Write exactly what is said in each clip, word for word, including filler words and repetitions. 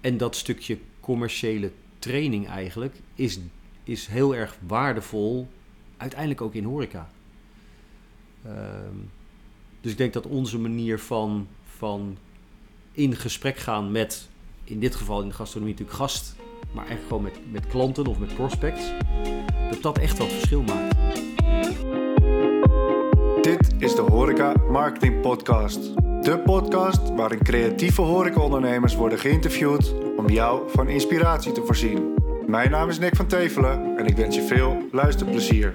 en dat stukje commerciële training eigenlijk is, is heel erg waardevol, uiteindelijk ook in horeca. Um, dus ik denk dat onze manier van, van in gesprek gaan met, in dit geval in de gastronomie natuurlijk gast, maar eigenlijk gewoon met, met klanten of met prospects, dat dat echt wat verschil maakt. Dit is de Horeca Marketing Podcast. De podcast waarin creatieve horecaondernemers worden geïnterviewd om jou van inspiratie te voorzien. Mijn naam is Nick van Tevelen en ik wens je veel luisterplezier.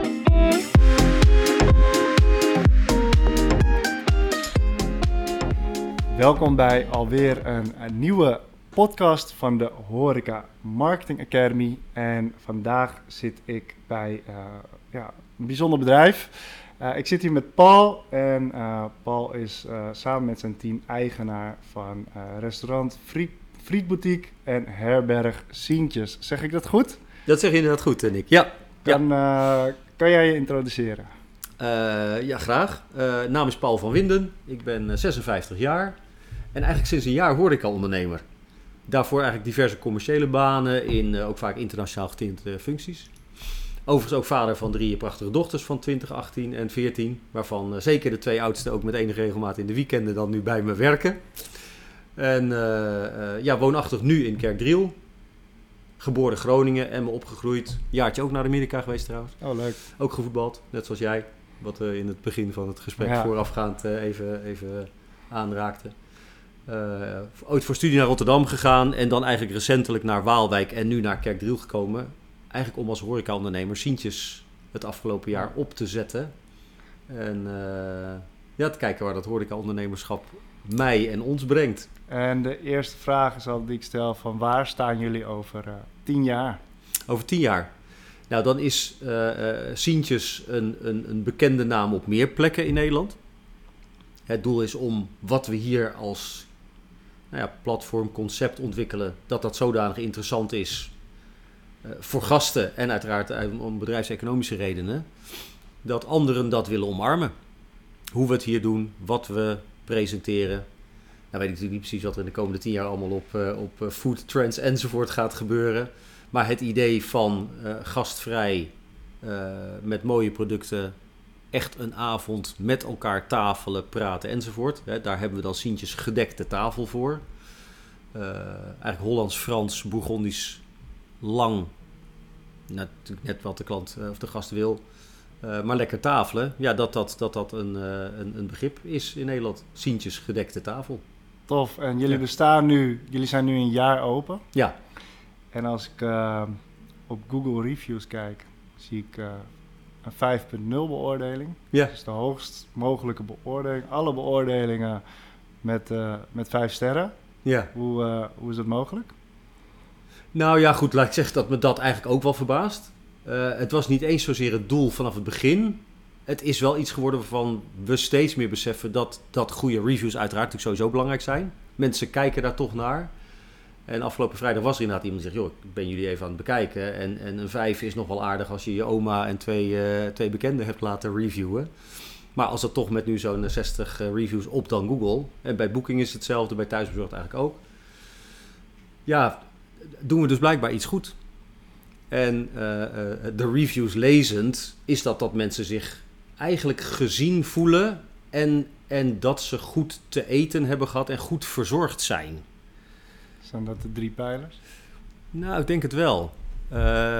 Welkom bij alweer een, een nieuwe podcast van de Horeca Marketing Academy. En vandaag zit ik bij uh, ja, een bijzonder bedrijf. Uh, ik zit hier met Paul en uh, Paul is uh, samen met zijn team eigenaar van uh, restaurant Friet, Frietboutique en herberg Sientjes. Zeg ik dat goed? Dat zeg je inderdaad goed, Nick. Ja. Kan, ja. Uh, kan jij je introduceren? Uh, ja, graag. Uh, naam is Paul van Winden. Ik ben uh, zesenvijftig jaar en eigenlijk sinds een jaar horeca-ondernemer. Daarvoor eigenlijk diverse commerciële banen in uh, ook vaak internationaal getinte functies. Overigens ook vader van drie prachtige dochters van twintig, achttien en veertien. Waarvan uh, zeker de twee oudste ook met enige regelmaat in de weekenden dan nu bij me werken. En uh, uh, ja, woonachtig nu in Kerkdriel. Geboren Groningen en me opgegroeid. Jaartje ook naar Amerika geweest trouwens. Oh, leuk. Ook gevoetbald, net zoals jij. Wat we in het begin van het gesprek ja. voorafgaand uh, even, even aanraakten. Uh, ooit voor studie naar Rotterdam gegaan. En dan eigenlijk recentelijk naar Waalwijk en nu naar Kerkdriel gekomen. Eigenlijk om als horeca-ondernemer Sientjes het afgelopen jaar op te zetten. En uh, ja, te kijken waar dat horeca-ondernemerschap mij en ons brengt. En de eerste vraag is al die ik stel, van waar staan jullie over uh, tien jaar? Over tien jaar? Nou, dan is uh, uh, Sientjes een, een, een bekende naam op meer plekken in Nederland. Het doel is om wat we hier als nou ja, platform, concept ontwikkelen, dat dat zodanig interessant is uh, voor gasten en uiteraard uh, om bedrijfseconomische redenen, dat anderen dat willen omarmen. Hoe we het hier doen, wat we presenteren. Nou weet ik natuurlijk niet precies wat er in de komende tien jaar allemaal op, uh, op uh, food trends enzovoort gaat gebeuren. Maar het idee van uh, gastvrij, uh, met mooie producten, echt een avond met elkaar tafelen, praten enzovoort. Hè, daar hebben we dan Sientjes gedekte tafel voor. Uh, eigenlijk Hollands, Frans, Bourgondisch, lang. Natuurlijk net wat de klant uh, of de gast wil. Uh, maar lekker tafelen, ja, dat dat, dat, dat een, uh, een, een begrip is in Nederland. Sientjes gedekte tafel. Tof. En jullie ja. bestaan nu, jullie zijn nu een jaar open. Ja. En als ik uh, op Google Reviews kijk, zie ik uh, een vijf punt nul beoordeling. Ja. Dat is de hoogst mogelijke beoordeling. Alle beoordelingen met, uh, met vijf sterren. Ja. Hoe, uh, hoe is dat mogelijk? Nou ja, goed, laat ik zeggen dat me dat eigenlijk ook wel verbaast. Uh, het was niet eens zozeer het doel vanaf het begin. Het is wel iets geworden waarvan we steeds meer beseffen dat, dat goede reviews uiteraard natuurlijk sowieso belangrijk zijn. Mensen kijken daar toch naar. En afgelopen vrijdag was er inderdaad iemand die zegt, joh, ik ben jullie even aan het bekijken. En, en een vijf is nog wel aardig als je je oma en twee, uh, twee bekenden hebt laten reviewen. Maar als dat toch met nu zo'n zestig uh, reviews op dan Google. En bij Booking is het hetzelfde, bij Thuisbezorgd eigenlijk ook. Ja, doen we dus blijkbaar iets goed. En uh, uh, de reviews lezend is dat dat mensen zich eigenlijk gezien voelen en, en dat ze goed te eten hebben gehad en goed verzorgd zijn. Zijn dat de drie pijlers? Nou, ik denk het wel. Uh,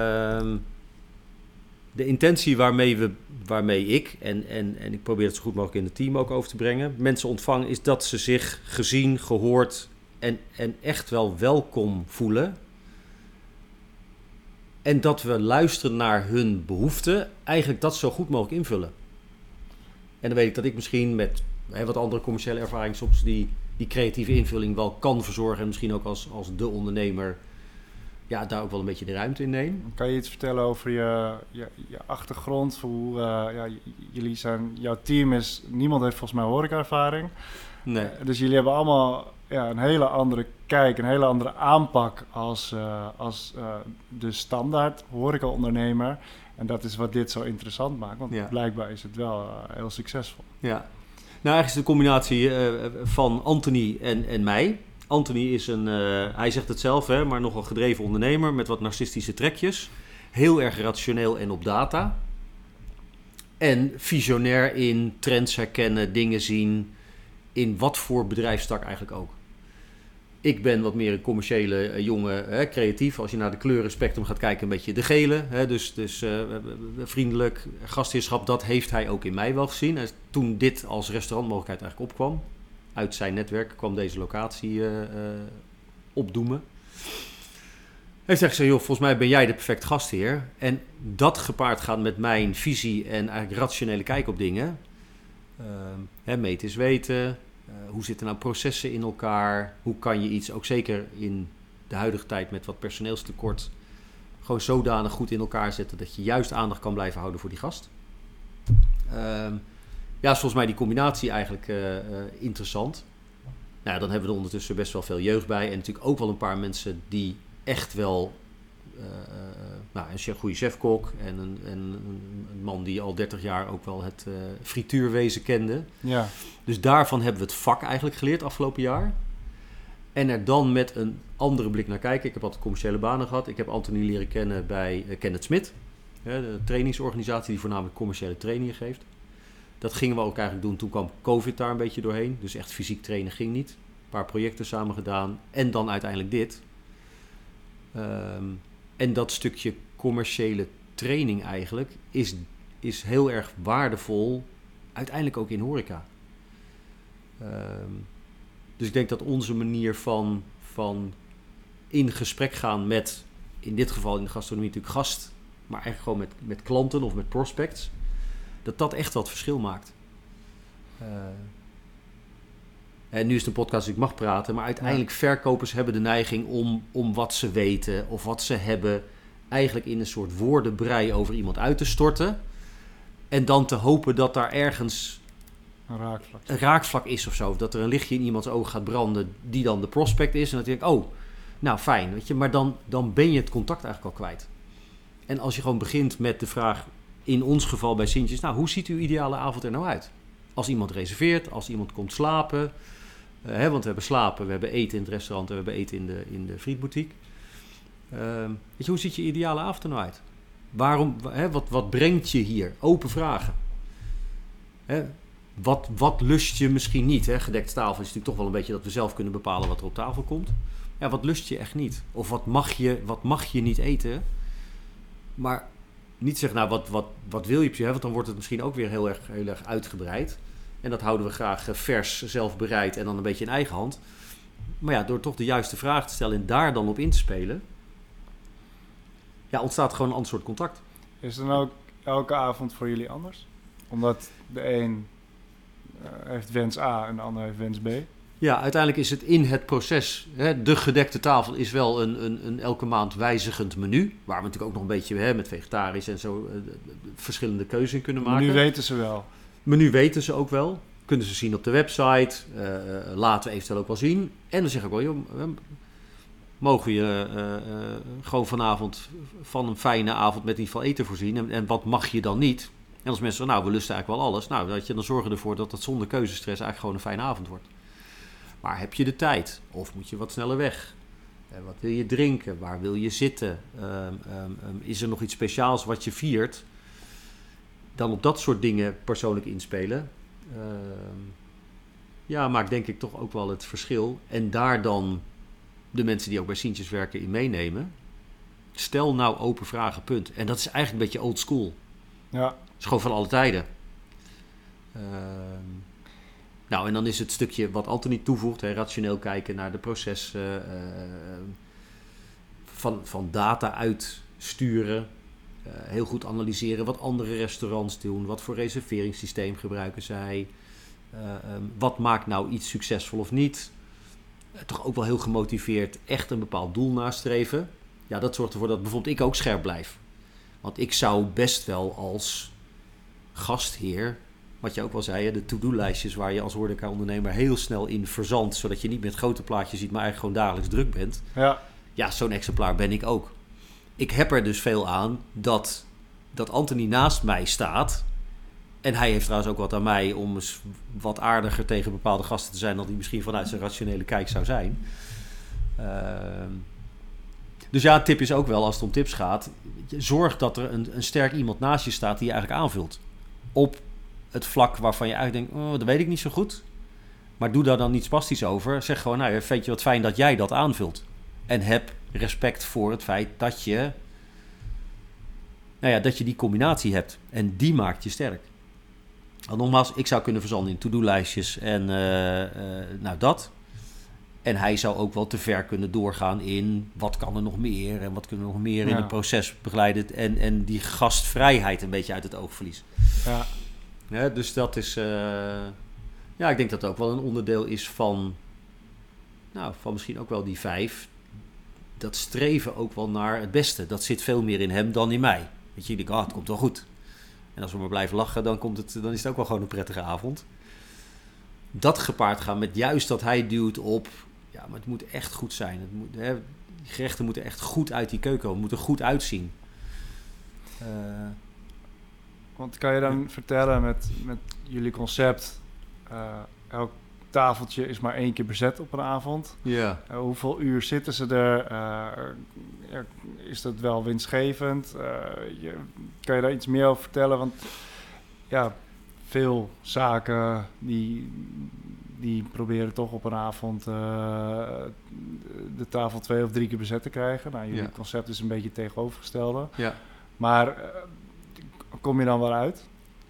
de intentie waarmee, we, waarmee ik, en, en, en ik probeer het zo goed mogelijk in het team ook over te brengen, mensen ontvangen, is dat ze zich gezien, gehoord en, en echt wel welkom voelen. En dat we luisteren naar hun behoeften, eigenlijk dat zo goed mogelijk invullen. En dan weet ik dat ik misschien met hè, wat andere commerciële ervaring soms die, die creatieve invulling wel kan verzorgen. En misschien ook als, als de ondernemer ja, daar ook wel een beetje de ruimte in neem. Kan je iets vertellen over je, je, je achtergrond? Hoe, uh, ja, jullie zijn, jouw team is, niemand heeft volgens mij horeca-ervaring. Nee. Uh, dus jullie hebben allemaal ja, een hele andere kijk, een hele andere aanpak als, uh, als uh, de standaard horeca-ondernemer. En dat is wat dit zo interessant maakt, want ja. blijkbaar is het wel uh, heel succesvol. Ja, nou eigenlijk is het de combinatie uh, van Anthony en, en mij. Anthony is een, uh, hij zegt het zelf, hè, maar nogal gedreven ondernemer met wat narcistische trekjes. Heel erg rationeel en op data. En visionair in trends herkennen, dingen zien, in wat voor bedrijfstak eigenlijk ook. Ik ben wat meer een commerciële uh, jongen, hè, creatief. Als je naar de kleurenspectrum gaat kijken, een beetje de gele. Hè, dus dus uh, vriendelijk, gastheerschap, dat heeft hij ook in mij wel gezien. En toen dit als restaurantmogelijkheid eigenlijk opkwam, uit zijn netwerk kwam deze locatie uh, uh, opdoemen. Heeft hij gezegd, joh, volgens mij ben jij de perfect gastheer. En dat gepaard gaat met mijn visie en eigenlijk rationele kijk op dingen. Uh, hè, meten is weten. Uh, hoe zitten nou processen in elkaar? Hoe kan je iets, ook zeker in de huidige tijd met wat personeelstekort, gewoon zodanig goed in elkaar zetten dat je juist aandacht kan blijven houden voor die gast. Uh, ja, is volgens mij die combinatie eigenlijk uh, uh, interessant. Nou, dan hebben we er ondertussen best wel veel jeugd bij. En natuurlijk ook wel een paar mensen die echt wel uh, uh, nou, een goede chefkok en een, en een man die al dertig jaar ook wel het uh, frituurwezen kende. Ja. Dus daarvan hebben we het vak eigenlijk geleerd afgelopen jaar. En er dan met een andere blik naar kijken. Ik heb altijd commerciële banen gehad. Ik heb Anthony leren kennen bij uh, Kenneth Smit. Hè, de trainingsorganisatie die voornamelijk commerciële trainingen geeft. Dat gingen we ook eigenlijk doen. Toen kwam COVID daar een beetje doorheen. Dus echt fysiek trainen ging niet. Een paar projecten samen gedaan. En dan uiteindelijk dit. Um, en dat stukje commerciële training eigenlijk is, is heel erg waardevol. Uiteindelijk ook in horeca. Um, dus ik denk dat onze manier van, van in gesprek gaan met, in dit geval in de gastronomie natuurlijk gast, maar eigenlijk gewoon met, met klanten of met prospects, dat dat echt wat verschil maakt. Uh, en nu is het een podcast dus ik mag praten, maar uiteindelijk ja. verkopers hebben de neiging om, om wat ze weten of wat ze hebben eigenlijk in een soort woordenbrei over iemand uit te storten en dan te hopen dat daar ergens een raakvlak, een raakvlak is of zo. Of dat er een lichtje in iemands oog gaat branden die dan de prospect is. En dat je denkt, oh, nou fijn, weet je. Maar dan, dan ben je het contact eigenlijk al kwijt. En als je gewoon begint met de vraag, in ons geval bij Sintjes, nou, hoe ziet uw ideale avond er nou uit? Als iemand reserveert, als iemand komt slapen. Uh, hè, want we hebben slapen, we hebben eten in het restaurant en we hebben eten in de, in de frietboutique. Uh, weet je, hoe ziet je ideale avond er nou uit? Waarom, hè, wat, wat brengt je hier? Open vragen. Hè? Wat, wat lust je misschien niet? Hè? Gedekte tafel is natuurlijk toch wel een beetje dat we zelf kunnen bepalen wat er op tafel komt. Ja, wat lust je echt niet? Of wat mag je, wat mag je niet eten? Maar niet zeggen, nou, wat, wat, wat wil je precies? Want dan wordt het misschien ook weer heel erg, heel erg uitgebreid. En dat houden we graag vers, zelf bereid en dan een beetje in eigen hand. Maar ja, door toch de juiste vraag te stellen en daar dan op in te spelen, ja, ontstaat gewoon een ander soort contact. Is dan ook elke avond voor jullie anders? Omdat de een uh, heeft wens A en de ander heeft wens B? Ja, uiteindelijk is het in het proces. Hè, de gedekte tafel is wel een, een, een elke maand wijzigend menu. Waar we natuurlijk ook nog een beetje hè, met vegetarisch en zo uh, verschillende keuzes in kunnen maken. Menu weten ze wel. Menu weten ze ook wel. Kunnen ze zien op de website. Uh, laten we eventueel ook wel zien. En dan zeg ik wel, joh, mogen we je uh, uh, gewoon vanavond van een fijne avond met in ieder geval eten voorzien. En, en wat mag je dan niet? En als mensen zeggen, nou, we lusten eigenlijk wel alles. Nou, dat je dan zorgen ervoor dat het zonder keuzestress eigenlijk gewoon een fijne avond wordt. Maar heb je de tijd? Of moet je wat sneller weg? Uh, wat wil je drinken? Waar wil je zitten? Um, um, um, is er nog iets speciaals wat je viert? Dan op dat soort dingen persoonlijk inspelen. Uh, ja, maakt denk ik toch ook wel het verschil. En daar dan de mensen die ook bij Sintjes werken in meenemen. Stel nou open vragen, punt. En dat is eigenlijk een beetje old school. Ja. Het is gewoon van alle tijden. Uh, nou, en dan is het stukje wat Anthony toevoegt. Hè, rationeel kijken naar de processen. Uh, van, van data uitsturen. Uh, heel goed analyseren wat andere restaurants doen. Wat voor reserveringssysteem gebruiken zij. Uh, um, wat maakt nou iets succesvol of niet. Uh, toch ook wel heel gemotiveerd echt een bepaald doel nastreven. Ja, dat zorgt ervoor dat bijvoorbeeld ik ook scherp blijf. Want ik zou best wel als gastheer, wat je ook wel zei, de to-do-lijstjes waar je als horeca-ondernemer heel snel in verzandt, zodat je niet met grote plaatjes ziet, maar eigenlijk gewoon dagelijks druk bent. Ja, ja, zo'n exemplaar ben ik ook. Ik heb er dus veel aan dat, dat Anthony naast mij staat. En hij heeft trouwens ook wat aan mij om eens wat aardiger tegen bepaalde gasten te zijn dan die misschien vanuit zijn rationele kijk zou zijn. Uh, dus ja, een tip is ook wel, als het om tips gaat, zorg dat er een, een sterk iemand naast je staat die je eigenlijk aanvult. Op het vlak waarvan je eigenlijk denkt, oh, dat weet ik niet zo goed. Maar doe daar dan niet spastisch over. Zeg gewoon, nou, vind je wat fijn dat jij dat aanvult. En heb respect voor het feit dat je, nou ja, dat je die combinatie hebt. En die maakt je sterk. En nogmaals, ik zou kunnen verzanden in to-do-lijstjes en uh, uh, nou dat. En hij zou ook wel te ver kunnen doorgaan in wat kan er nog meer en wat kunnen we nog meer ja. in het proces begeleiden. En, en die gastvrijheid een beetje uit het oog verliezen. Ja. Ja, dus dat is, uh, ja, ik denk dat het ook wel een onderdeel is van, nou, van misschien ook wel die vijf. Dat streven ook wel naar het beste. Dat zit veel meer in hem dan in mij. Weet je, ik denk, ah, het komt wel goed. En als we maar blijven lachen, dan, komt het, dan is het ook wel gewoon een prettige avond. Dat gepaard gaan met juist dat hij duwt op, ja, maar het moet echt goed zijn. Het moet, hè, die gerechten moeten echt goed uit die keuken komen, moeten er goed uitzien. Uh, Want kan je dan ja. vertellen met, met jullie concept, uh, elk tafeltje is maar één keer bezet op een avond. Ja. Uh, hoeveel uur zitten ze er? Uh, is dat wel winstgevend? Uh, je, kan je daar iets meer over vertellen? Want ja, veel zaken die, die proberen toch op een avond uh, de tafel twee of drie keer bezet te krijgen. Nou, jullie ja. concept is een beetje het tegenovergestelde. Ja. Maar uh, kom je dan wel uit?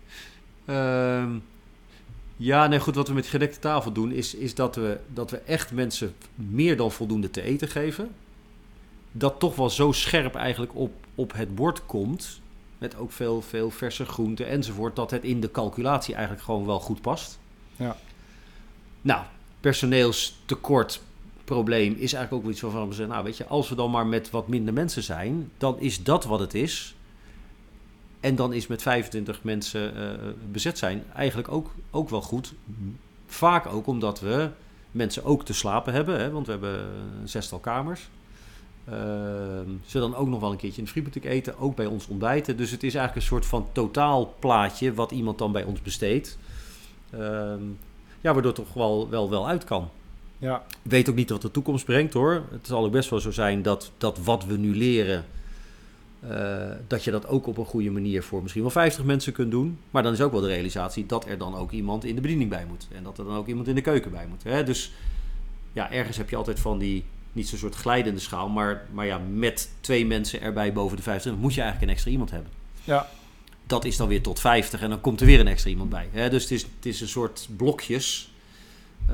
Um, ja, nee, goed. Wat we met gedekte tafel doen is, is dat, we, dat we echt mensen meer dan voldoende te eten geven. Dat toch wel zo scherp eigenlijk op, op het bord komt. Met ook veel, veel verse groenten enzovoort. Dat het in de calculatie eigenlijk gewoon wel goed past. Ja. Nou, personeelstekort probleem is eigenlijk ook wel iets waarvan we zeggen, nou weet je, als we dan maar met wat minder mensen zijn, dan is dat wat het is. En dan is met vijfentwintig mensen uh, bezet zijn eigenlijk ook, ook wel goed. Vaak ook omdat we mensen ook te slapen hebben, hè, want we hebben een zestal kamers. Uh, ze dan ook nog wel een keertje in de frietboutique eten, ook bij ons ontbijten. Dus het is eigenlijk een soort van totaalplaatje wat iemand dan bij ons besteedt. Uh, ja, waardoor het toch wel, wel, wel uit kan. Ja. Ik weet ook niet wat de toekomst brengt hoor. Het zal ook best wel zo zijn dat, dat wat we nu leren, Uh, dat je dat ook op een goede manier voor misschien wel vijftig mensen kunt doen. Maar dan is ook wel de realisatie dat er dan ook iemand in de bediening bij moet. En dat er dan ook iemand in de keuken bij moet. Hè? Dus ja, ergens heb je altijd van die, niet zo'n soort glijdende schaal, maar, maar ja, met twee mensen erbij boven de vijftig moet je eigenlijk een extra iemand hebben. Ja. Dat is dan weer tot vijftig en dan komt er weer een extra iemand bij. Hè? Dus het is, het is een soort blokjes. Uh,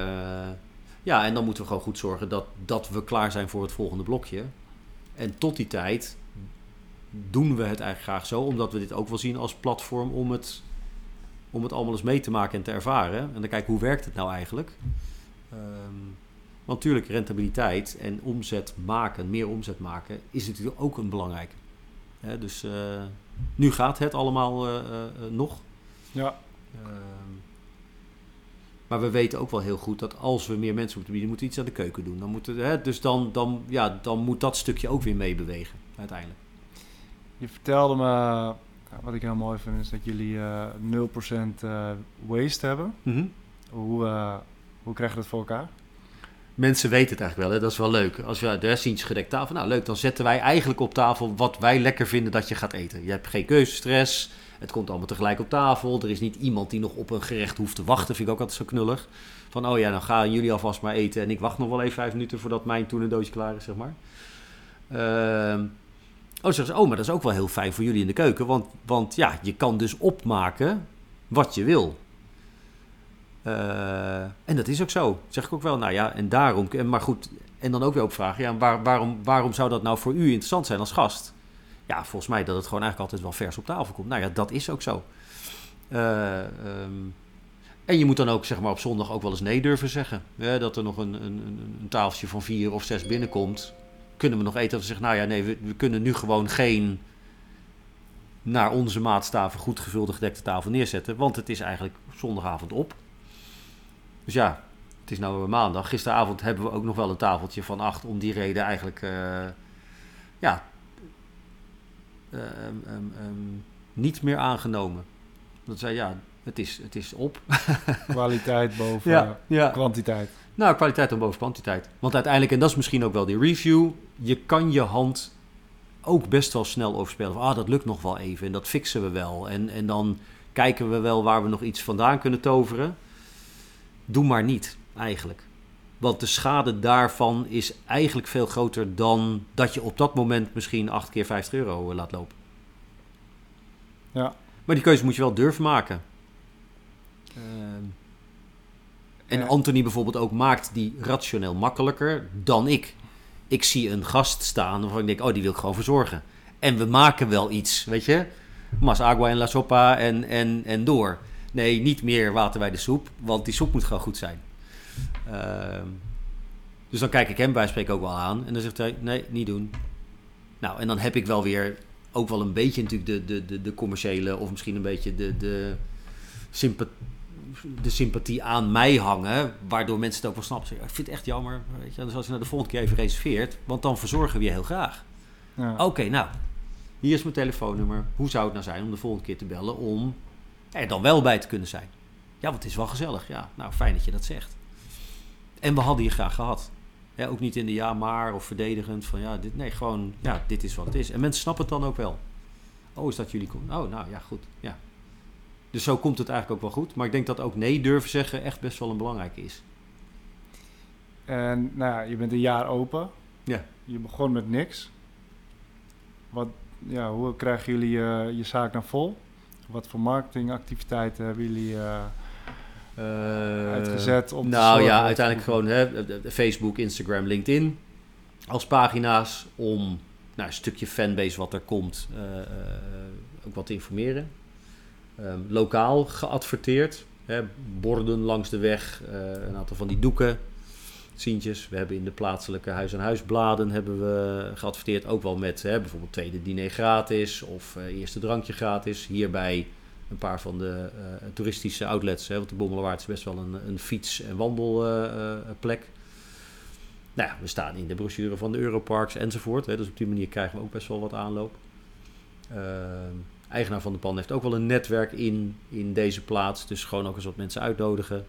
ja, en dan moeten we gewoon goed zorgen dat, dat we klaar zijn voor het volgende blokje. En tot die tijd doen we het eigenlijk graag zo, omdat we dit ook wel zien als platform om het, om het allemaal eens mee te maken en te ervaren. En dan kijken, hoe werkt het nou eigenlijk? Um, want natuurlijk, rentabiliteit en omzet maken, meer omzet maken, is natuurlijk ook een belangrijke. Hè, dus uh, nu gaat het allemaal uh, uh, nog. Ja. Um, maar we weten ook wel heel goed dat als we meer mensen moeten bieden, moeten we iets aan de keuken doen. Dan moet het, hè, dus dan, dan, ja, dan moet dat stukje ook weer meebewegen, uiteindelijk. Je vertelde me, wat ik heel mooi vind, is dat jullie uh, nul procent uh, waste hebben. Mm-hmm. Hoe, uh, hoe krijg je dat voor elkaar? Mensen weten het eigenlijk wel, hè? Dat is wel leuk. Als we de zientjes gedekt tafel, nou leuk, dan zetten wij eigenlijk op tafel wat wij lekker vinden dat je gaat eten. Je hebt geen keuzestress, het komt allemaal tegelijk op tafel. Er is niet iemand die nog op een gerecht hoeft te wachten, vind ik ook altijd zo knullig. Van, oh ja, dan gaan jullie alvast maar eten en ik wacht nog wel even vijf minuten voordat mijn toenendoosje klaar is, zeg maar. Uh, Oh, zeggen ze, oh, maar dat is ook wel heel fijn voor jullie in de keuken. Want, want ja, je kan dus opmaken wat je wil. Uh, en dat is ook zo. Zeg ik ook wel, nou ja, en daarom... Maar goed, en dan ook weer opvragen, ja, waar, waarom, waarom zou dat nou voor u interessant zijn als gast? Ja, volgens mij dat het gewoon eigenlijk altijd wel vers op tafel komt. Nou ja, dat is ook zo. Uh, um, en je moet dan ook, zeg maar, op zondag ook wel eens nee durven zeggen. Ja, dat er nog een, een, een tafeltje van vier of zes binnenkomt. Kunnen we nog eten? Dat we zeggen, nou ja, nee, we, we kunnen nu gewoon geen naar onze maatstaven goed gevulde gedekte tafel neerzetten. Want het is eigenlijk zondagavond op. Dus ja, het is nou maandag. Gisteravond hebben we ook nog wel een tafeltje van acht. Om die reden eigenlijk, uh, ja, uh, um, um, um, niet meer aangenomen. Dat zei, ja, het is, het is op. Kwaliteit boven ja, ja. kwantiteit. Nou, kwaliteit dan boven kwantiteit. Want uiteindelijk, en dat is misschien ook wel die review, je kan je hand ook best wel snel overspelen. Ah, dat lukt nog wel even en dat fixen we wel. En, en dan kijken we wel waar we nog iets vandaan kunnen toveren. Doe maar niet, eigenlijk. Want de schade daarvan is eigenlijk veel groter dan dat je op dat moment misschien acht keer vijftig euro laat lopen. Ja. Maar die keuze moet je wel durven maken. Uh, en ja. Anthony bijvoorbeeld ook maakt die rationeel makkelijker dan ik. Ik zie een gast staan waarvan ik denk, oh, die wil ik gewoon verzorgen. En we maken wel iets, weet je. Mas agua en la sopa en, en, en door. Nee, niet meer water bij de soep, want die soep moet gewoon goed zijn. Uh, dus dan kijk ik hem bij spreken ook wel aan. En dan zegt hij, nee, niet doen. Nou, en dan heb ik wel weer ook wel een beetje natuurlijk de, de, de, de commerciële of misschien een beetje de, de, sympathie, de sympathie aan mij hangen, waardoor mensen het ook wel snappen. Ik vind het echt jammer, weet je, dus als je nou de volgende keer even reserveert, want dan verzorgen we je heel graag. Ja. Oké, okay, nou, hier is mijn telefoonnummer. Hoe zou het nou zijn om de volgende keer te bellen om er dan wel bij te kunnen zijn? Ja, want het is wel gezellig. Ja, nou, fijn dat je dat zegt. En we hadden je graag gehad. Ja, ook niet in de ja maar of verdedigend van ja, dit, nee, gewoon ja, dit is wat het is. En mensen snappen het dan ook wel. Oh, is dat jullie kom? Oh, nou ja, goed. Ja. Dus zo komt het eigenlijk ook wel goed. Maar ik denk dat ook nee durven zeggen echt best wel een belangrijke is. En nou ja, je bent een jaar open. Ja. Je begon met niks. Wat, ja, hoe krijgen jullie uh, je zaak dan vol? Wat voor marketingactiviteiten hebben jullie uh, uh, uitgezet? Om nou te ja, uiteindelijk gewoon hè, Facebook, Instagram, LinkedIn als pagina's om nou, een stukje fanbase wat er komt uh, uh, ook wat te informeren. Um, lokaal geadverteerd, hè, borden langs de weg, uh, een aantal van die doeken, sientjes. We hebben in de plaatselijke huis-aan-huis-bladen hebben we geadverteerd, ook wel met hè, bijvoorbeeld tweede diner gratis of uh, eerste drankje gratis. Hierbij een paar van de uh, toeristische outlets, hè, want de Bommelerwaard is best wel een, een fiets- en wandelplek. Uh, nou ja, we staan in de brochure van de Europarks enzovoort, hè, dus op die manier krijgen we ook best wel wat aanloop. Uh, eigenaar van de pand heeft ook wel een netwerk in, in deze plaats. Dus gewoon ook eens wat mensen uitnodigen.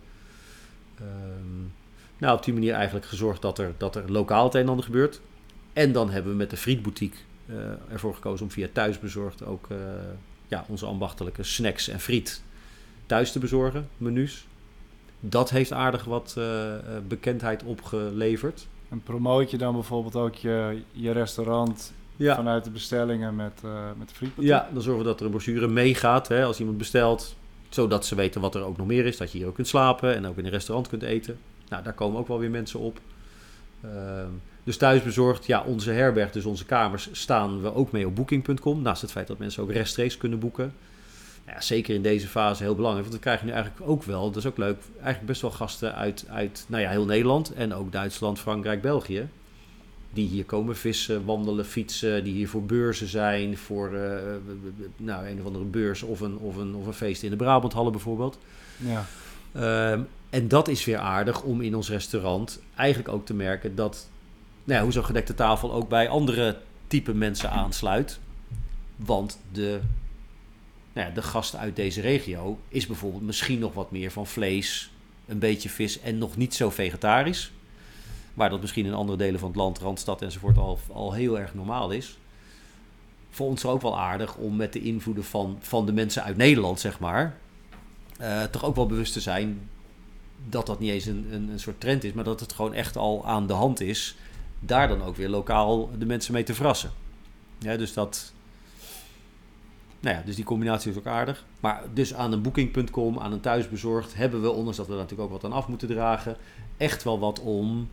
Um, nou, op die manier eigenlijk gezorgd dat er, dat er lokaal het een en ander gebeurt. En dan hebben we met de Frietboutique uh, ervoor gekozen om via thuisbezorgd ook uh, ja, onze ambachtelijke snacks en friet thuis te bezorgen, menus. Dat heeft aardig wat uh, bekendheid opgeleverd. En promoot je dan bijvoorbeeld ook je, je restaurant... Ja. Vanuit de bestellingen met, uh, met de frietboutique? Ja, dan zorgen we dat er een brochure meegaat hè, als iemand bestelt. Zodat ze weten wat er ook nog meer is. Dat je hier ook kunt slapen en ook in een restaurant kunt eten. Nou, daar komen ook wel weer mensen op. Uh, dus thuisbezorgd, ja, onze herberg, dus onze kamers, staan we ook mee op booking punt com. Naast het feit dat mensen ook rechtstreeks kunnen boeken. Nou ja, zeker in deze fase heel belangrijk. Want we krijgen nu eigenlijk ook wel, dat is ook leuk, eigenlijk best wel gasten uit, uit nou ja, heel Nederland. En ook Duitsland, Frankrijk, België. Die hier komen vissen, wandelen, fietsen, die hier voor beurzen zijn, voor uh, nou, een of andere beurs of een, of, een, of een feest in de Brabanthallen bijvoorbeeld. Ja. Um, en dat is weer aardig om in ons restaurant eigenlijk ook te merken dat, nou ja, hoe zo'n gedekte tafel ook bij andere type mensen aansluit. Want de, nou ja, de gast uit deze regio is bijvoorbeeld misschien nog wat meer van vlees, een beetje vis en nog niet zo vegetarisch. Waar dat misschien in andere delen van het land, Randstad enzovoort, al, al heel erg normaal is. Voor ons is ook wel aardig om met de invloeden van, van de mensen uit Nederland, zeg maar, uh, toch ook wel bewust te zijn dat dat niet eens een, een, een soort trend is, maar dat het gewoon echt al aan de hand is. Daar dan ook weer lokaal de mensen mee te verrassen. Ja, dus dat... Nou ja, dus die combinatie is ook aardig. Maar dus aan een booking punt com, aan een thuisbezorgd, hebben we, ondanks dat we daar natuurlijk ook wat aan af moeten dragen, echt wel wat om...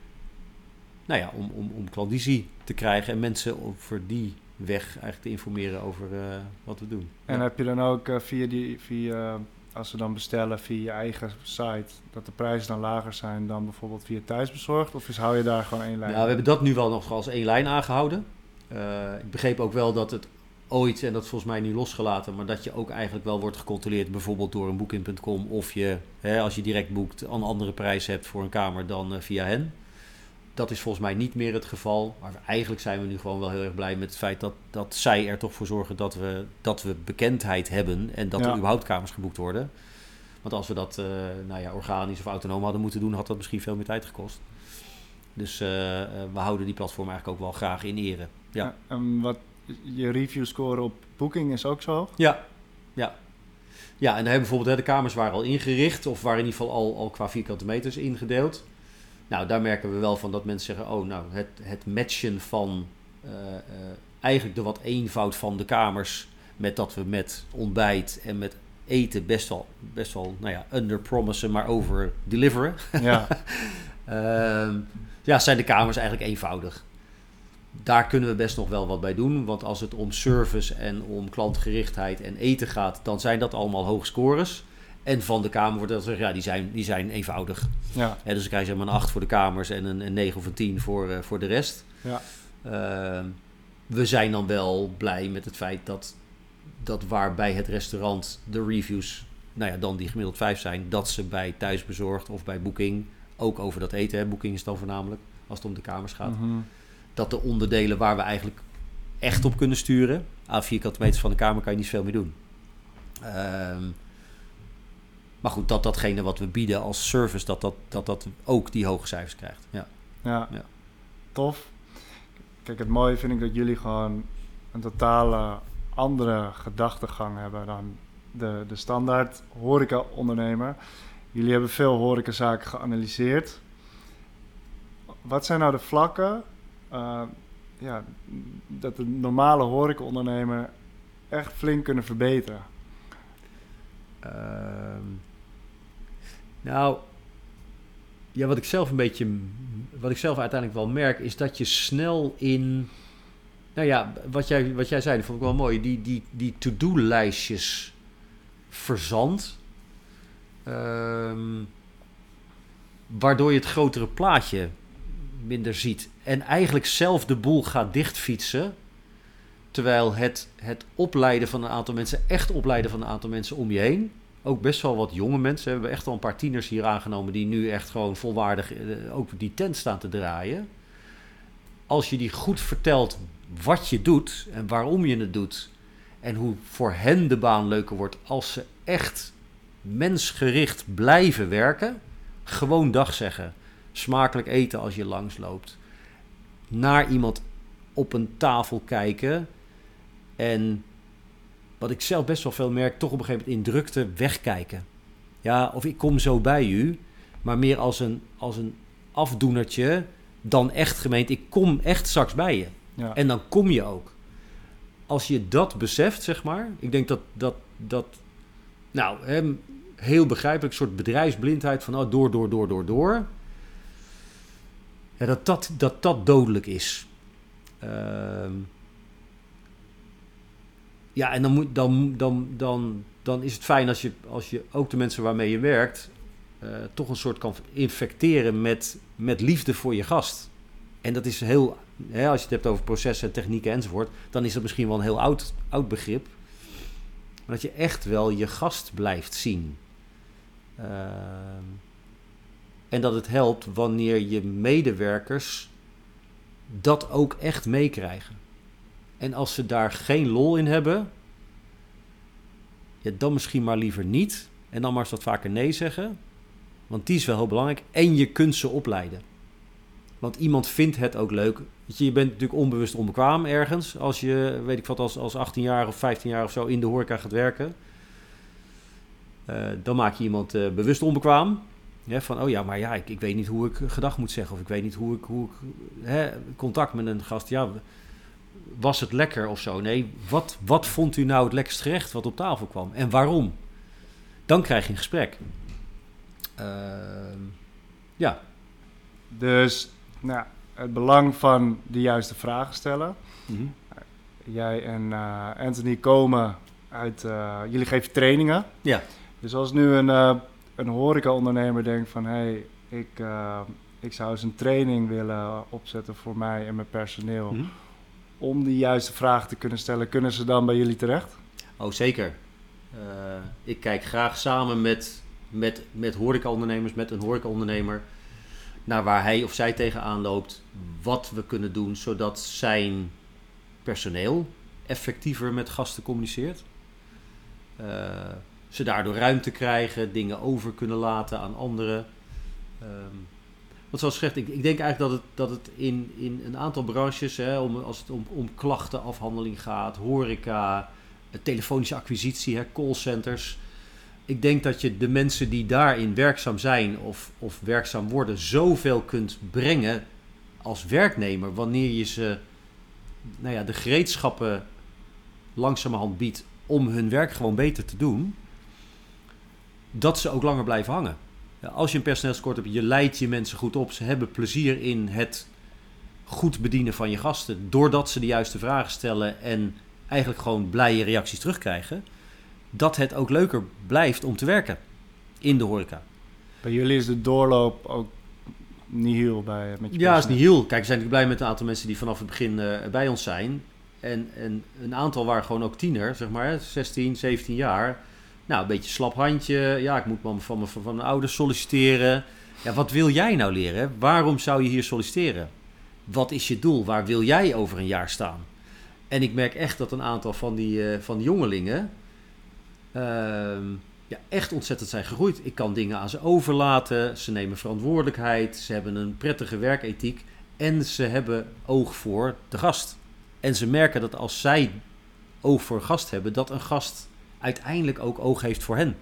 Nou ja, om, om, om klandizie te krijgen en mensen over die weg eigenlijk te informeren over uh, wat we doen. En ja. heb je dan ook uh, via die, via, als ze dan bestellen via je eigen site, dat de prijzen dan lager zijn dan bijvoorbeeld via thuisbezorgd? Of is, hou je daar gewoon één lijn? Ja, we hebben dat nu wel nog als één lijn aangehouden. Uh, ik begreep ook wel dat het ooit, en dat is volgens mij nu losgelaten, maar dat je ook eigenlijk wel wordt gecontroleerd bijvoorbeeld door een booking punt com of je, hè, als je direct boekt, een andere prijs hebt voor een kamer dan uh, via hen. Dat is volgens mij niet meer het geval. Maar eigenlijk zijn we nu gewoon wel heel erg blij met het feit dat, dat zij er toch voor zorgen dat we, dat we bekendheid hebben. En dat ja. er überhaupt kamers geboekt worden. Want als we dat uh, nou ja, organisch of autonoom hadden moeten doen, had dat misschien veel meer tijd gekost. Dus uh, uh, we houden die platform eigenlijk ook wel graag in ere. Ja. Ja, en wat je review score op Booking is ook zo? Ja, ja. Ja, en dan hebben bijvoorbeeld hè, de kamers waren al ingericht of waren in ieder geval al, al qua vierkante meters ingedeeld. Nou, daar merken we wel van dat mensen zeggen, oh nou, het, het matchen van uh, uh, eigenlijk de wat eenvoud van de kamers met dat we met ontbijt en met eten best wel, best wel nou ja, under-promissen, maar over-deliveren. Ja. uh, ja, zijn de kamers eigenlijk eenvoudig. Daar kunnen we best nog wel wat bij doen, want als het om service en om klantgerichtheid en eten gaat, dan zijn dat allemaal hoge scores. En van de kamer wordt dat gezegd, ja, die zijn, die zijn eenvoudig. Ja. Ja, dus dan krijg je maar een acht voor de kamers en een, een negen of een tien voor, uh, voor de rest. Ja. Uh, we zijn dan wel blij met het feit dat, dat waar bij het restaurant de reviews, nou ja, dan die gemiddeld vijf zijn, dat ze bij thuisbezorgd of bij Booking ook over dat eten, hè, Booking is dan voornamelijk, als het om de kamers gaat, Mm-hmm. dat de onderdelen waar we eigenlijk echt op kunnen sturen, aan vierkante meters van de kamer kan je niet veel meer doen. Um, maar goed, dat datgene wat we bieden als service, dat dat, dat, dat ook die hoge cijfers krijgt. Ja. Ja. Ja. Tof. Kijk, het mooie vind ik dat jullie gewoon een totale andere gedachtegang hebben dan de, de standaard horeca-ondernemer. Jullie hebben veel horecazaken geanalyseerd. Wat zijn nou de vlakken uh, ja, dat de normale horeca-ondernemer echt flink kunnen verbeteren? Uh, nou, ja, wat ik zelf een beetje, wat ik zelf uiteindelijk wel merk, is dat je snel in, nou ja, wat jij, wat jij zei, dat vond ik wel mooi, die, die, die to-do-lijstjes verzandt, um, waardoor je het grotere plaatje minder ziet en eigenlijk zelf de boel gaat dichtfietsen, terwijl het, het opleiden van een aantal mensen, echt opleiden van een aantal mensen om je heen, ook best wel wat jonge mensen, we hebben echt wel een paar tieners hier aangenomen die nu echt gewoon volwaardig uh, ook die tent staan te draaien. Als je die goed vertelt wat je doet en waarom je het doet en hoe voor hen de baan leuker wordt als ze echt mensgericht blijven werken, gewoon dag zeggen, smakelijk eten als je langsloopt, naar iemand op een tafel kijken en wat ik zelf best wel veel merk, toch op een gegeven moment in drukte wegkijken. Ja, of ik kom zo bij u, maar meer als een, als een afdoenertje dan echt gemeend, ik kom echt straks bij je. Ja. En dan kom je ook. Als je dat beseft, zeg maar, ik denk dat dat, dat nou, hè, heel begrijpelijk, een soort bedrijfsblindheid van oh, door, door, door, door, door. Ja, dat, dat, dat dat dodelijk is. Uh, ja, en dan, moet, dan, dan, dan, dan is het fijn als je, als je ook de mensen waarmee je werkt uh, toch een soort kan infecteren met, met liefde voor je gast. En dat is heel, hè, als je het hebt over processen, technieken enzovoort, dan is dat misschien wel een heel oud, oud begrip. Maar dat je echt wel je gast blijft zien. Uh, en dat het helpt wanneer je medewerkers dat ook echt meekrijgen. En als ze daar geen lol in hebben, ja, dan misschien maar liever niet. En dan maar eens wat vaker nee zeggen. Want die is wel heel belangrijk. En je kunt ze opleiden. Want iemand vindt het ook leuk. Weet je, je bent natuurlijk onbewust onbekwaam ergens. Als je, weet ik wat, als, als achttien jaar of vijftien jaar of zo in de horeca gaat werken. Uh, dan maak je iemand uh, bewust onbekwaam. Ja, van, oh ja, maar ja, ik, ik weet niet hoe ik gedag moet zeggen. Of ik weet niet hoe ik, hoe ik hè, contact met een gast, ja, was het lekker of zo? Nee, wat, wat vond u nou het lekkerst gerecht wat op tafel kwam? En waarom? Dan krijg je een gesprek. Uh, ja. Dus, nou, het belang van de juiste vragen stellen. Mm-hmm. Jij en uh, Anthony komen uit, uh, jullie geven trainingen. Ja. Dus als nu een, uh, een horeca-ondernemer denkt van, hé, hey, ik, uh, ik zou eens een training willen opzetten voor mij en mijn personeel. Mm-hmm. Om die juiste vragen te kunnen stellen, kunnen ze dan bij jullie terecht? Oh, zeker. Uh, ik kijk graag samen met, met, met horeca-ondernemers, met een horeca-ondernemer, naar waar hij of zij tegenaan loopt, wat we kunnen doen, zodat zijn personeel effectiever met gasten communiceert. Uh, ze daardoor ruimte krijgen, dingen over kunnen laten aan anderen. Um, want zoals gezegd, ik, ik denk eigenlijk dat het, dat het in, in een aantal branches, hè, om, als het om, om klachtenafhandeling gaat, horeca, telefonische acquisitie, hè, callcenters. Ik denk dat je de mensen die daarin werkzaam zijn of, of werkzaam worden, zoveel kunt brengen als werknemer, wanneer je ze nou ja, de gereedschappen langzamerhand biedt om hun werk gewoon beter te doen, dat ze ook langer blijven hangen. Ja, als je een personeelstekort hebt, je leidt je mensen goed op, ze hebben plezier in het goed bedienen van je gasten, doordat ze de juiste vragen stellen en eigenlijk gewoon blije reacties terugkrijgen, dat het ook leuker blijft om te werken in de horeca. Bij jullie is de doorloop ook nihil bij met je Ja, is nihil. Kijk, we zijn natuurlijk blij met een aantal mensen die vanaf het begin uh, bij ons zijn. En, en een aantal waren gewoon ook tiener, zeg maar, zestien, zeventien jaar. Nou, een beetje slap handje. Ja, ik moet van, van, van mijn ouders solliciteren. Ja, wat wil jij nou leren? Waarom zou je hier solliciteren? Wat is je doel? Waar wil jij over een jaar staan? En ik merk echt dat een aantal van die, uh, van die jongelingen uh, ja, echt ontzettend zijn gegroeid. Ik kan dingen aan ze overlaten. Ze nemen verantwoordelijkheid. Ze hebben een prettige werkethiek. En ze hebben oog voor de gast. En ze merken dat als zij oog voor een gast hebben, dat een gast uiteindelijk ook oog heeft voor hen.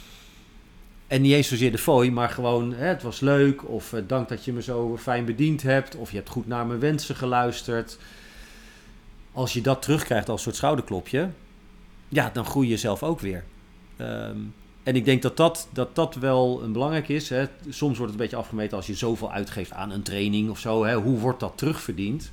En niet eens zozeer de fooi, maar gewoon, hè, het was leuk, of eh, dank dat je me zo fijn bediend hebt, of je hebt goed naar mijn wensen geluisterd. Als je dat terugkrijgt als soort schouderklopje, ja, dan groei je zelf ook weer. Um, en ik denk dat dat, dat dat wel een belangrijk is. Hè. Soms wordt het een beetje afgemeten als je zoveel uitgeeft aan een training of zo. Hè. Hoe wordt dat terugverdiend?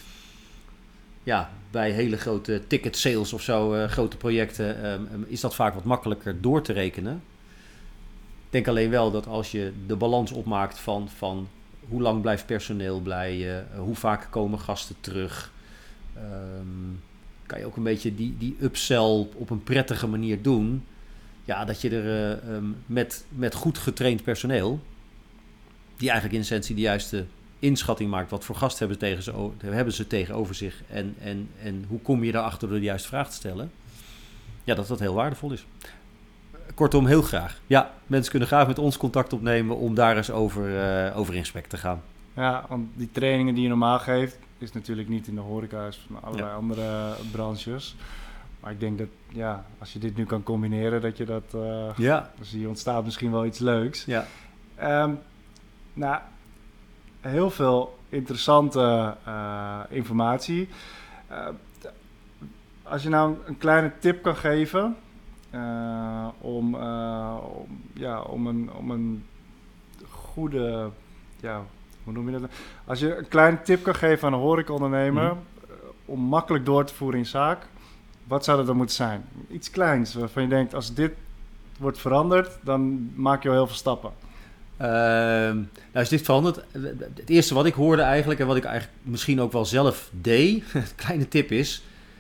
Ja, bij hele grote ticket sales of zo, uh, grote projecten, um, is dat vaak wat makkelijker door te rekenen. Ik denk alleen wel dat als je de balans opmaakt van, van hoe lang blijft personeel blij, uh, hoe vaak komen gasten terug, um, kan je ook een beetje die, die upsell op een prettige manier doen. Ja, dat je er uh, um, met, met goed getraind personeel, die eigenlijk in essentie de juiste inschatting maakt, wat voor gast hebben ze, tegen ze, hebben ze tegenover zich en, en, en hoe kom je daarachter door de juiste vraag te stellen, ja, dat dat heel waardevol is. Kortom, heel graag. Ja, mensen kunnen graag met ons contact opnemen om daar eens over, uh, over in gesprek te gaan. Ja, want die trainingen die je normaal geeft, is natuurlijk niet in de horeca, is van allerlei ja. andere branches. Maar ik denk dat, ja, als je dit nu kan combineren, dat je dat, uh, ja. dus hier ontstaat misschien wel iets leuks. Ja. Um, nou, heel veel interessante uh, informatie. Uh, als je nou een kleine tip kan geven uh, om, uh, om, ja, om, een, om een goede, ja, hoe noem je dat? Als je een kleine tip kan geven aan een horecaondernemer mm. uh, om makkelijk door te voeren in zaak, wat zou dat dan moeten zijn? Iets kleins waarvan je denkt, als dit wordt veranderd, dan maak je al heel veel stappen. Uh, nou is dit veranderd. Het eerste wat ik hoorde eigenlijk en wat ik eigenlijk misschien ook wel zelf deed, een kleine tip is,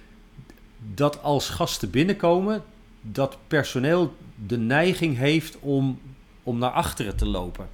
dat als gasten binnenkomen, dat personeel de neiging heeft om, om naar achteren te lopen.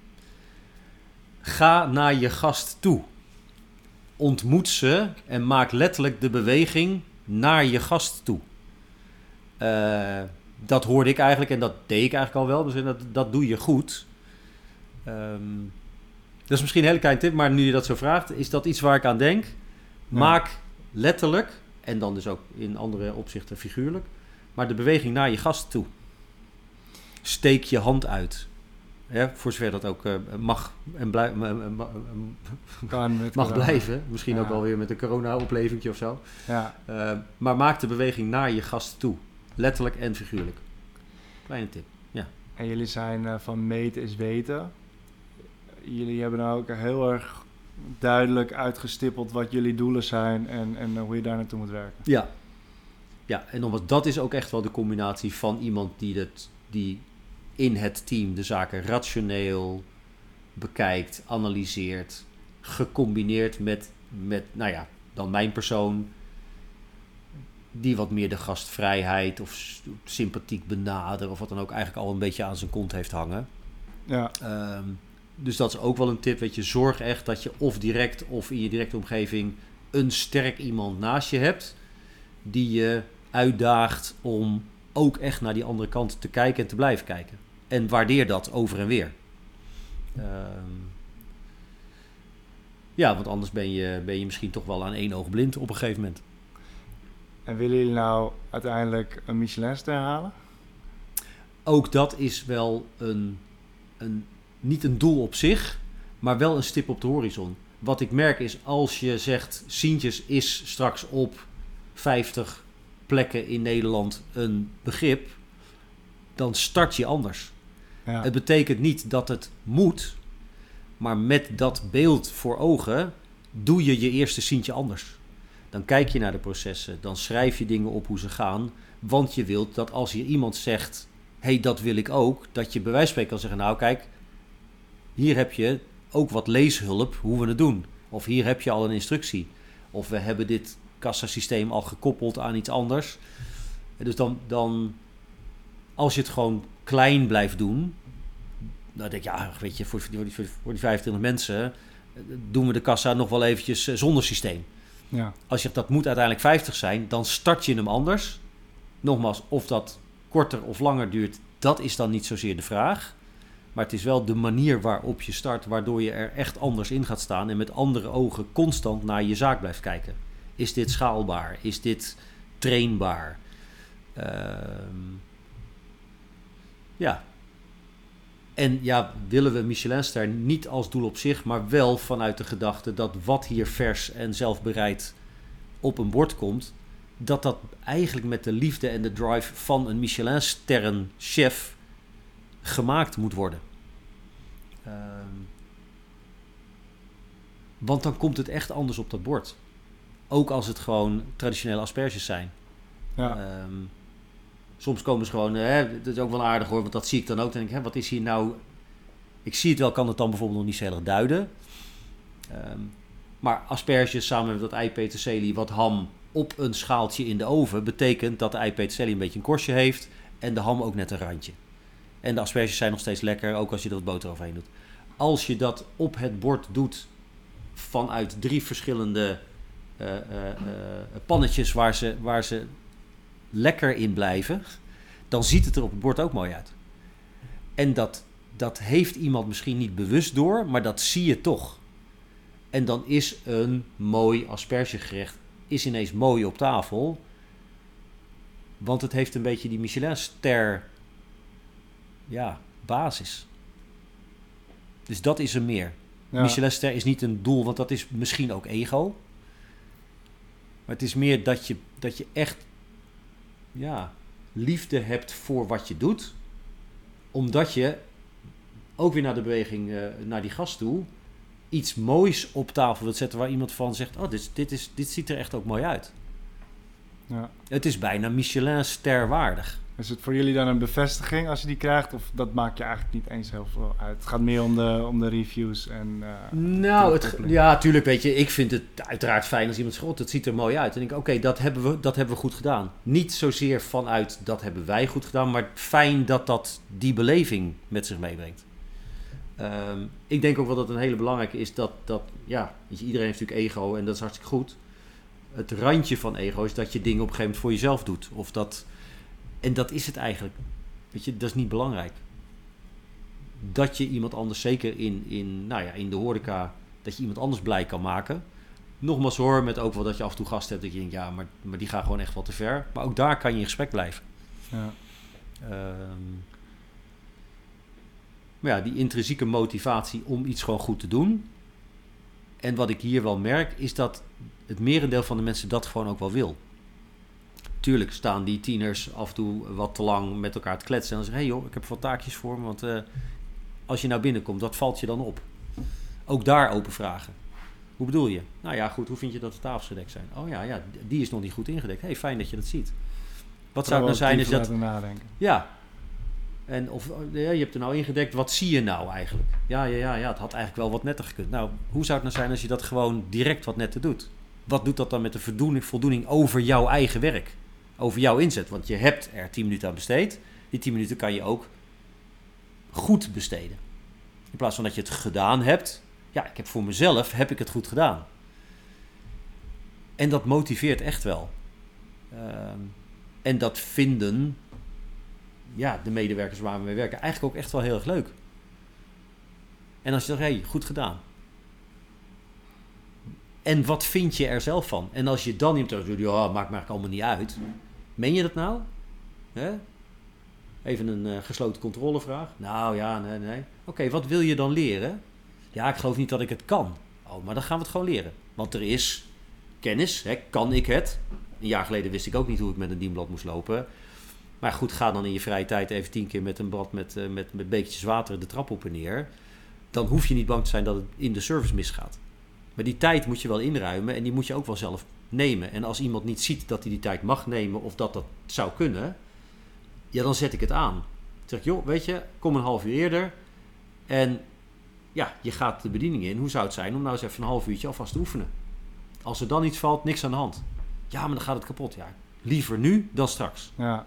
Ga naar je gast toe. Ontmoet ze en maak letterlijk de beweging naar je gast toe. Uh, dat hoorde ik eigenlijk en dat deed ik eigenlijk al wel. Dus dat, dat doe je goed. Um, dat is misschien een hele kleine tip, maar nu je dat zo vraagt, is dat iets waar ik aan denk. Maak ja. letterlijk, en dan dus ook in andere opzichten figuurlijk, maar de beweging naar je gast toe. Steek je hand uit. Ja, voor zover dat ook uh, mag en blij, uh, uh, kan met mag corona. blijven. Misschien ja. ook wel weer met een corona-oplevingje of zo. Ja. Uh, maar maak de beweging naar je gast toe. Letterlijk en figuurlijk. Kleine tip, ja. En jullie zijn uh, van meten is weten. Jullie hebben nou ook heel erg duidelijk uitgestippeld wat jullie doelen zijn en, en uh, hoe je daar naartoe moet werken. Ja. Ja, en omdat dat is ook echt wel de combinatie van iemand die, het, die in het team de zaken rationeel bekijkt, analyseert, gecombineerd met, met, nou ja, dan mijn persoon, die wat meer de gastvrijheid of sympathiek benaderen of wat dan ook eigenlijk al een beetje aan zijn kont heeft hangen. Ja. Um, dus dat is ook wel een tip, weet je, zorg echt dat je of direct of in je directe omgeving een sterk iemand naast je hebt die je uitdaagt om ook echt naar die andere kant te kijken en te blijven kijken. En waardeer dat over en weer. Um, ja, want anders ben je, ben je misschien toch wel aan één oog blind op een gegeven moment. En willen jullie nou uiteindelijk een Michelinster halen? Ook dat is wel een, een, niet een doel op zich, maar wel een stip op de horizon. Wat ik merk is, als je zegt, Sientjes is straks op vijftig plekken in Nederland een begrip, dan start je anders. Ja. Het betekent niet dat het moet, maar met dat beeld voor ogen doe je je eerste Sientje anders. Dan kijk je naar de processen, dan schrijf je dingen op hoe ze gaan, want je wilt dat als je iemand zegt, hé, hey, dat wil ik ook, dat je bij wijze van spreken kan zeggen, nou kijk, hier heb je ook wat leeshulp hoe we het doen. Of hier heb je al een instructie. Of we hebben dit kassasysteem al gekoppeld aan iets anders. Dus dan, dan als je het gewoon klein blijft doen, dan denk je, ja, weet je, voor die, voor die vijfentwintig mensen doen we de kassa nog wel eventjes zonder systeem. Ja. Als je dat moet uiteindelijk vijftig zijn, dan start je hem anders. Nogmaals, of dat korter of langer duurt, dat is dan niet zozeer de vraag. Maar het is wel de manier waarop je start, waardoor je er echt anders in gaat staan en met andere ogen constant naar je zaak blijft kijken. Is dit schaalbaar? Is dit trainbaar? Uh, ja. En ja, willen we Michelinster niet als doel op zich, maar wel vanuit de gedachte dat wat hier vers en zelfbereid op een bord komt, dat dat eigenlijk met de liefde en de drive van een Michelin-sterren-chef gemaakt moet worden. Uh, want dan komt het echt anders op dat bord. Ook als het gewoon traditionele asperges zijn. Ja. Uh, soms komen ze gewoon, hè, dat is ook wel aardig hoor, want dat zie ik dan ook. Dan denk ik, hè, wat is hier nou? Ik zie het wel, kan het dan bijvoorbeeld nog niet zo heel erg duiden. Uh, maar asperges samen met dat ei peterselie, wat ham op een schaaltje in de oven, betekent dat de ei peterselie een beetje een korstje heeft en de ham ook net een randje. En de asperges zijn nog steeds lekker, ook als je er wat boter overheen doet. Als je dat op het bord doet vanuit drie verschillende uh, uh, uh, pannetjes waar ze, waar ze lekker in blijven, dan ziet het er op het bord ook mooi uit. En dat, dat heeft iemand misschien niet bewust door, maar dat zie je toch. En dan is een mooi aspergegerecht is ineens mooi op tafel, want het heeft een beetje die Michelin-ster ja, basis. Dus dat is er meer. Ja. Michelin-ster is niet een doel, want dat is misschien ook ego. Maar het is meer dat je, dat je echt ja, liefde hebt voor wat je doet. Omdat je ook weer naar de beweging, uh, naar die gast toe, iets moois op tafel wilt zetten waar iemand van zegt, oh, dit, dit, is, dit ziet er echt ook mooi uit. Ja. Het is bijna Michelin-ster waardig. Is het voor jullie dan een bevestiging als je die krijgt? Of dat maakt je eigenlijk niet eens heel veel uit? Het gaat meer om de, om de reviews en... Uh, nou, het, ja, tuurlijk, weet je. Ik vind het uiteraard fijn als iemand zegt, oh, het ziet er mooi uit. En ik denk, oké, okay, dat hebben we, dat hebben we goed gedaan. Niet zozeer vanuit, dat hebben wij goed gedaan, maar fijn dat dat die beleving met zich meebrengt. Um, ik denk ook wel dat een hele belangrijke is dat, dat ja, weet je, iedereen heeft natuurlijk ego en dat is hartstikke goed. Het randje van ego is dat je dingen op een gegeven moment voor jezelf doet. Of dat... En dat is het eigenlijk. Weet je, dat is niet belangrijk. Dat je iemand anders, zeker in, in, nou ja, in de horeca, dat je iemand anders blij kan maken. Nogmaals hoor, met ook wel dat je af en toe gasten hebt dat je denkt, ja, maar, maar die gaan gewoon echt wat te ver. Maar ook daar kan je in gesprek blijven. Ja. Um, maar ja, die intrinsieke motivatie om iets gewoon goed te doen. En wat ik hier wel merk, is dat het merendeel van de mensen dat gewoon ook wel wil. Tuurlijk staan die tieners af en toe wat te lang met elkaar te kletsen. En dan zeggen, hé hey joh, ik heb wat taakjes voor me. Want uh, als je nou binnenkomt, wat valt je dan op? Ook daar open vragen. Hoe bedoel je? Nou ja, goed, hoe vind je dat de tafels gedekt zijn? Oh ja, ja, die is nog niet goed ingedekt. Hé, hey, fijn dat je dat ziet. Wat zou het nou zijn? Is dat... nadenken. Ja. En of ja, je hebt er nou ingedekt, wat zie je nou eigenlijk? Ja, ja, ja, ja, het had eigenlijk wel wat netter gekund. Nou, hoe zou het nou zijn als je dat gewoon direct wat netter doet? Wat doet dat dan met de voldoening, voldoening over jouw eigen werk? Over jouw inzet, want je hebt er tien minuten aan besteed. Die tien minuten kan je ook goed besteden. In plaats van dat je het gedaan hebt. Ja, ik heb voor mezelf, heb ik het goed gedaan. En dat motiveert echt wel. Uh, en dat vinden ja, de medewerkers waar we mee werken eigenlijk ook echt wel heel erg leuk. En als je zegt, hé, hey, goed gedaan. En wat vind je er zelf van? En als je dan iemand zegt, ja, maakt me eigenlijk allemaal niet uit. Meen je dat nou? Hè? Even een uh, gesloten controlevraag. Nou ja, nee, nee. Oké, okay, wat wil je dan leren? Ja, ik geloof niet dat ik het kan. Oh, maar dan gaan we het gewoon leren. Want er is kennis, hè? Kan ik het? Een jaar geleden wist ik ook niet hoe ik met een dienblad moest lopen. Maar goed, ga dan in je vrije tijd even tien keer met een bad met, uh, met, met bekertjes water de trap op en neer. Dan hoef je niet bang te zijn dat het in de service misgaat. Maar die tijd moet je wel inruimen en die moet je ook wel zelf nemen. En als iemand niet ziet dat hij die tijd mag nemen of dat dat zou kunnen, ja, dan zet ik het aan. Dan zeg ik, joh, weet je, kom een half uur eerder en ja, je gaat de bediening in. Hoe zou het zijn om nou eens even een half uurtje alvast te oefenen? Als er dan iets valt, niks aan de hand. Ja, maar dan gaat het kapot. Ja, liever nu dan straks. Ja.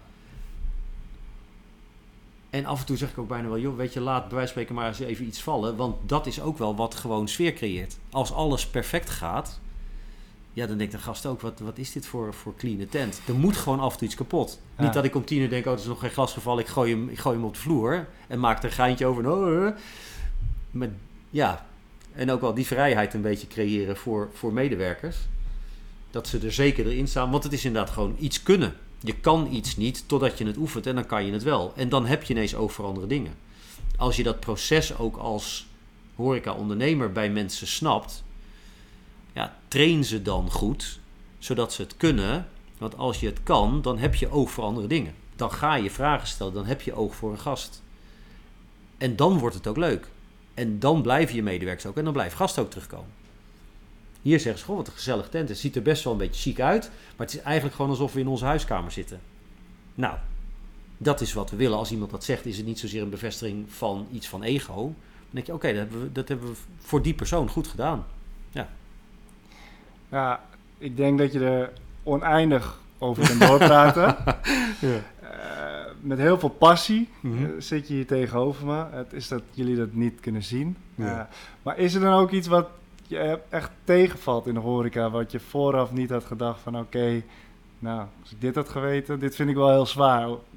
En af en toe zeg ik ook bijna wel, joh, weet je, laat bij wijze van spreken maar eens even iets vallen. Want dat is ook wel wat gewoon sfeer creëert. Als alles perfect gaat, ja, dan denkt de gast ook, wat, wat is dit voor, voor clean tent? Er moet gewoon af en toe iets kapot. Ja. Niet dat ik om tien uur denk, oh, er is nog geen glas gevallen, ik gooi hem, ik gooi hem op de vloer en maak er een geintje over. Oh, maar ja, en ook wel die vrijheid een beetje creëren voor, voor medewerkers. Dat ze er zeker in staan, want het is inderdaad gewoon iets kunnen. Je kan iets niet totdat je het oefent en dan kan je het wel. En dan heb je ineens oog voor andere dingen. Als je dat proces ook als horeca-ondernemer bij mensen snapt, ja, train ze dan goed, zodat ze het kunnen. Want als je het kan, dan heb je oog voor andere dingen. Dan ga je vragen stellen, dan heb je oog voor een gast. En dan wordt het ook leuk. En dan blijven je medewerkers ook en dan blijven gasten ook terugkomen. Hier zeggen ze, goh, wat een gezellig tent. Het ziet er best wel een beetje chic uit. Maar het is eigenlijk gewoon alsof we in onze huiskamer zitten. Nou, dat is wat we willen. Als iemand dat zegt, is het niet zozeer een bevestiging van iets van ego. Dan denk je, oké, okay, dat, hebben we, dat hebben we voor die persoon goed gedaan. Ja, ja, ik denk dat je er oneindig over kunt doorpraten. Ja. Uh, met heel veel passie mm-hmm. uh, zit je hier tegenover me. Het is dat jullie dat niet kunnen zien. Ja. Uh, maar is er dan ook iets wat je echt tegenvalt in de horeca, wat je vooraf niet had gedacht van oké, okay, nou, als ik dit had geweten, dit vind ik wel heel zwaar. Uh,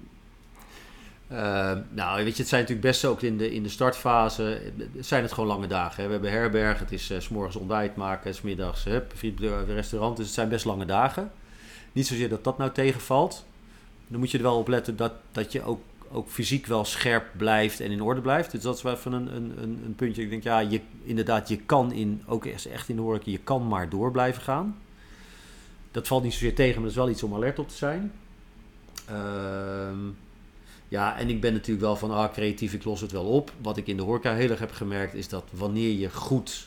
nou, weet je, het zijn natuurlijk best ook in de, in de startfase, zijn het gewoon lange dagen. Hè? We hebben herberg, het is uh, 's morgens ontbijt maken, 's middags uh, restaurant, dus het zijn best lange dagen. Niet zozeer dat dat nou tegenvalt. Dan moet je er wel op letten dat, dat je ook, ook fysiek wel scherp blijft en in orde blijft. Dus dat is wel even een, een, een puntje. Ik denk, ja, je, inderdaad, je kan in, ook echt in de horeca, je kan maar door blijven gaan. Dat valt niet zozeer tegen, maar dat is wel iets om alert op te zijn. Uh, ja, en ik ben natuurlijk wel van, ah, creatief, ik los het wel op. Wat ik in de horeca heel erg heb gemerkt, is dat wanneer je goed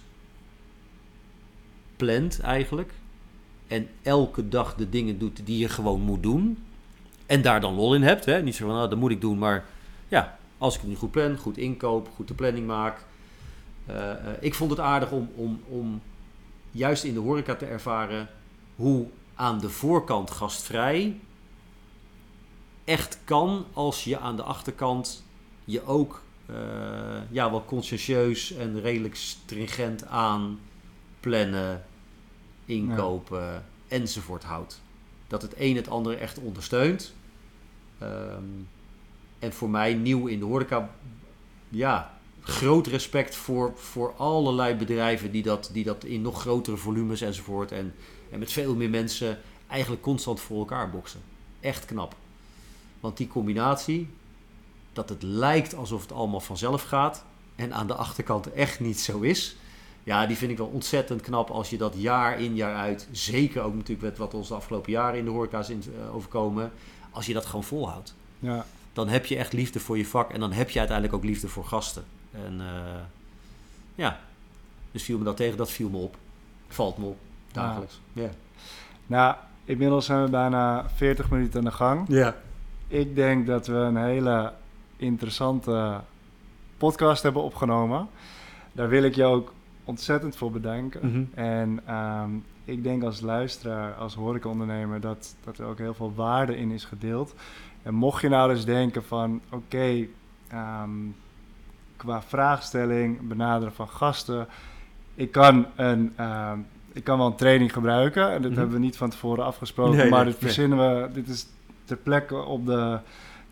plant eigenlijk, en elke dag de dingen doet die je gewoon moet doen, en daar dan lol in hebt, hè? Niet zo van, nou, dat moet ik doen, maar ja, als ik het nu goed plan, goed inkoop, goed de planning maak. Uh, uh, ik vond het aardig om, om, om juist in de horeca te ervaren hoe aan de voorkant gastvrij echt kan als je aan de achterkant je ook uh, ja, wel conscientieus en redelijk stringent aan plannen, inkopen ja. enzovoort houdt. Dat het een het andere echt ondersteunt. Um, en voor mij nieuw in de horeca, ja, groot respect voor, voor allerlei bedrijven die dat, die dat in nog grotere volumes enzovoort en, en met veel meer mensen eigenlijk constant voor elkaar boksen. Echt knap. Want die combinatie, dat het lijkt alsof het allemaal vanzelf gaat en aan de achterkant echt niet zo is, ja, die vind ik wel ontzettend knap als je dat jaar in jaar uit, zeker ook natuurlijk met wat ons de afgelopen jaren in de horeca's in, uh, overkomen, als je dat gewoon volhoudt. Ja. Dan heb je echt liefde voor je vak en dan heb je uiteindelijk ook liefde voor gasten. En uh, ja, dus viel me dat tegen, dat viel me op. Valt me op, dagelijks. Ja. Yeah. Nou, inmiddels zijn we bijna veertig minuten aan de gang. Ja. Yeah. Ik denk dat we een hele interessante podcast hebben opgenomen. Daar wil ik je ook ontzettend voor bedanken. Mm-hmm. En um, ik denk als luisteraar, als horecaondernemer, dat, dat er ook heel veel waarde in is gedeeld. En mocht je nou dus denken van, oké, okay, um, qua vraagstelling, benaderen van gasten, ik kan, een, um, ik kan wel een training gebruiken. En dat mm-hmm. hebben we niet van tevoren afgesproken, nee, maar nee, dit verzinnen nee. we, dit is ter plekke op de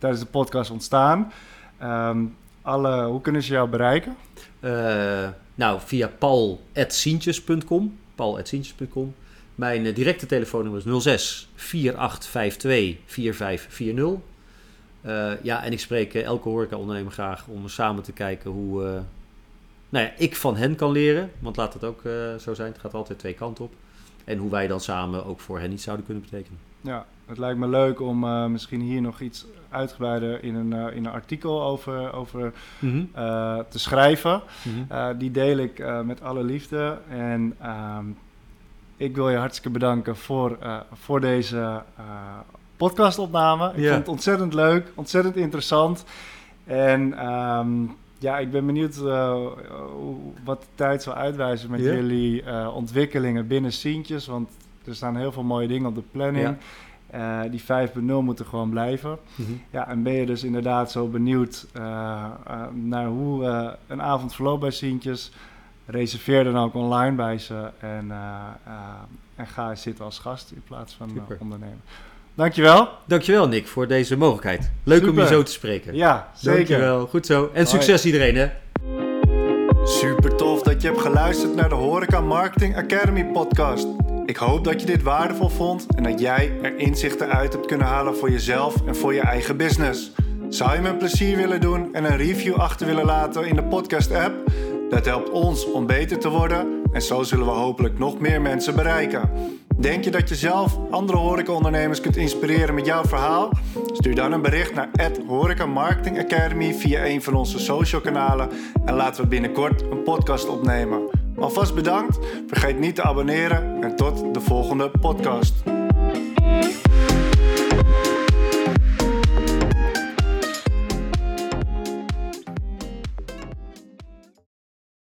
tijdens de podcast ontstaan. Um, alle, hoe kunnen ze jou bereiken? Uh, nou, via paul at sientjes punt com. paul at sientjes punt com. Mijn uh, directe telefoonnummer is nul zes vier acht vijf twee vier vijf vier nul. Uh, ja, en ik spreek uh, elke horeca-ondernemer graag om samen te kijken hoe uh, nou ja, ik van hen kan leren. Want laat het ook uh, zo zijn, het gaat altijd twee kanten op. En hoe wij dan samen ook voor hen iets zouden kunnen betekenen. Ja, het lijkt me leuk om uh, misschien hier nog iets uitgebreider in een, uh, in een artikel over, over mm-hmm. uh, te schrijven. Mm-hmm. Uh, die deel ik uh, met alle liefde. En um, ik wil je hartstikke bedanken voor, uh, voor deze uh, podcastopname. Ik yeah. vond het ontzettend leuk, ontzettend interessant. En um, ja, ik ben benieuwd uh, wat de tijd zal uitwijzen met yeah. jullie uh, ontwikkelingen binnen Sientjes. Want er staan heel veel mooie dingen op de planning. Yeah. Uh, die vijf punt nul moeten gewoon blijven. Mm-hmm. Ja, en ben je dus inderdaad zo benieuwd uh, uh, naar hoe uh, een avond verloopt bij Sientjes? Reserveer dan ook online bij ze en, uh, uh, en ga eens zitten als gast in plaats van uh, ondernemer. Dankjewel. Dankjewel Nick voor deze mogelijkheid. Leuk Super. om je zo te spreken. Ja, zeker. Dankjewel. Goed zo. En succes Hoi. iedereen hè. Super tof dat je hebt geluisterd naar de Horeca Marketing Academy podcast. Ik hoop dat je dit waardevol vond en dat jij er inzichten uit hebt kunnen halen voor jezelf en voor je eigen business. Zou je me een plezier willen doen en een review achter willen laten in de podcast app? Dat helpt ons om beter te worden en zo zullen we hopelijk nog meer mensen bereiken. Denk je dat je zelf andere horecaondernemers kunt inspireren met jouw verhaal? Stuur dan een bericht naar at Horeca Marketing Academy via een van onze social kanalen en laten we binnenkort een podcast opnemen. Alvast bedankt, vergeet niet te abonneren en tot de volgende podcast.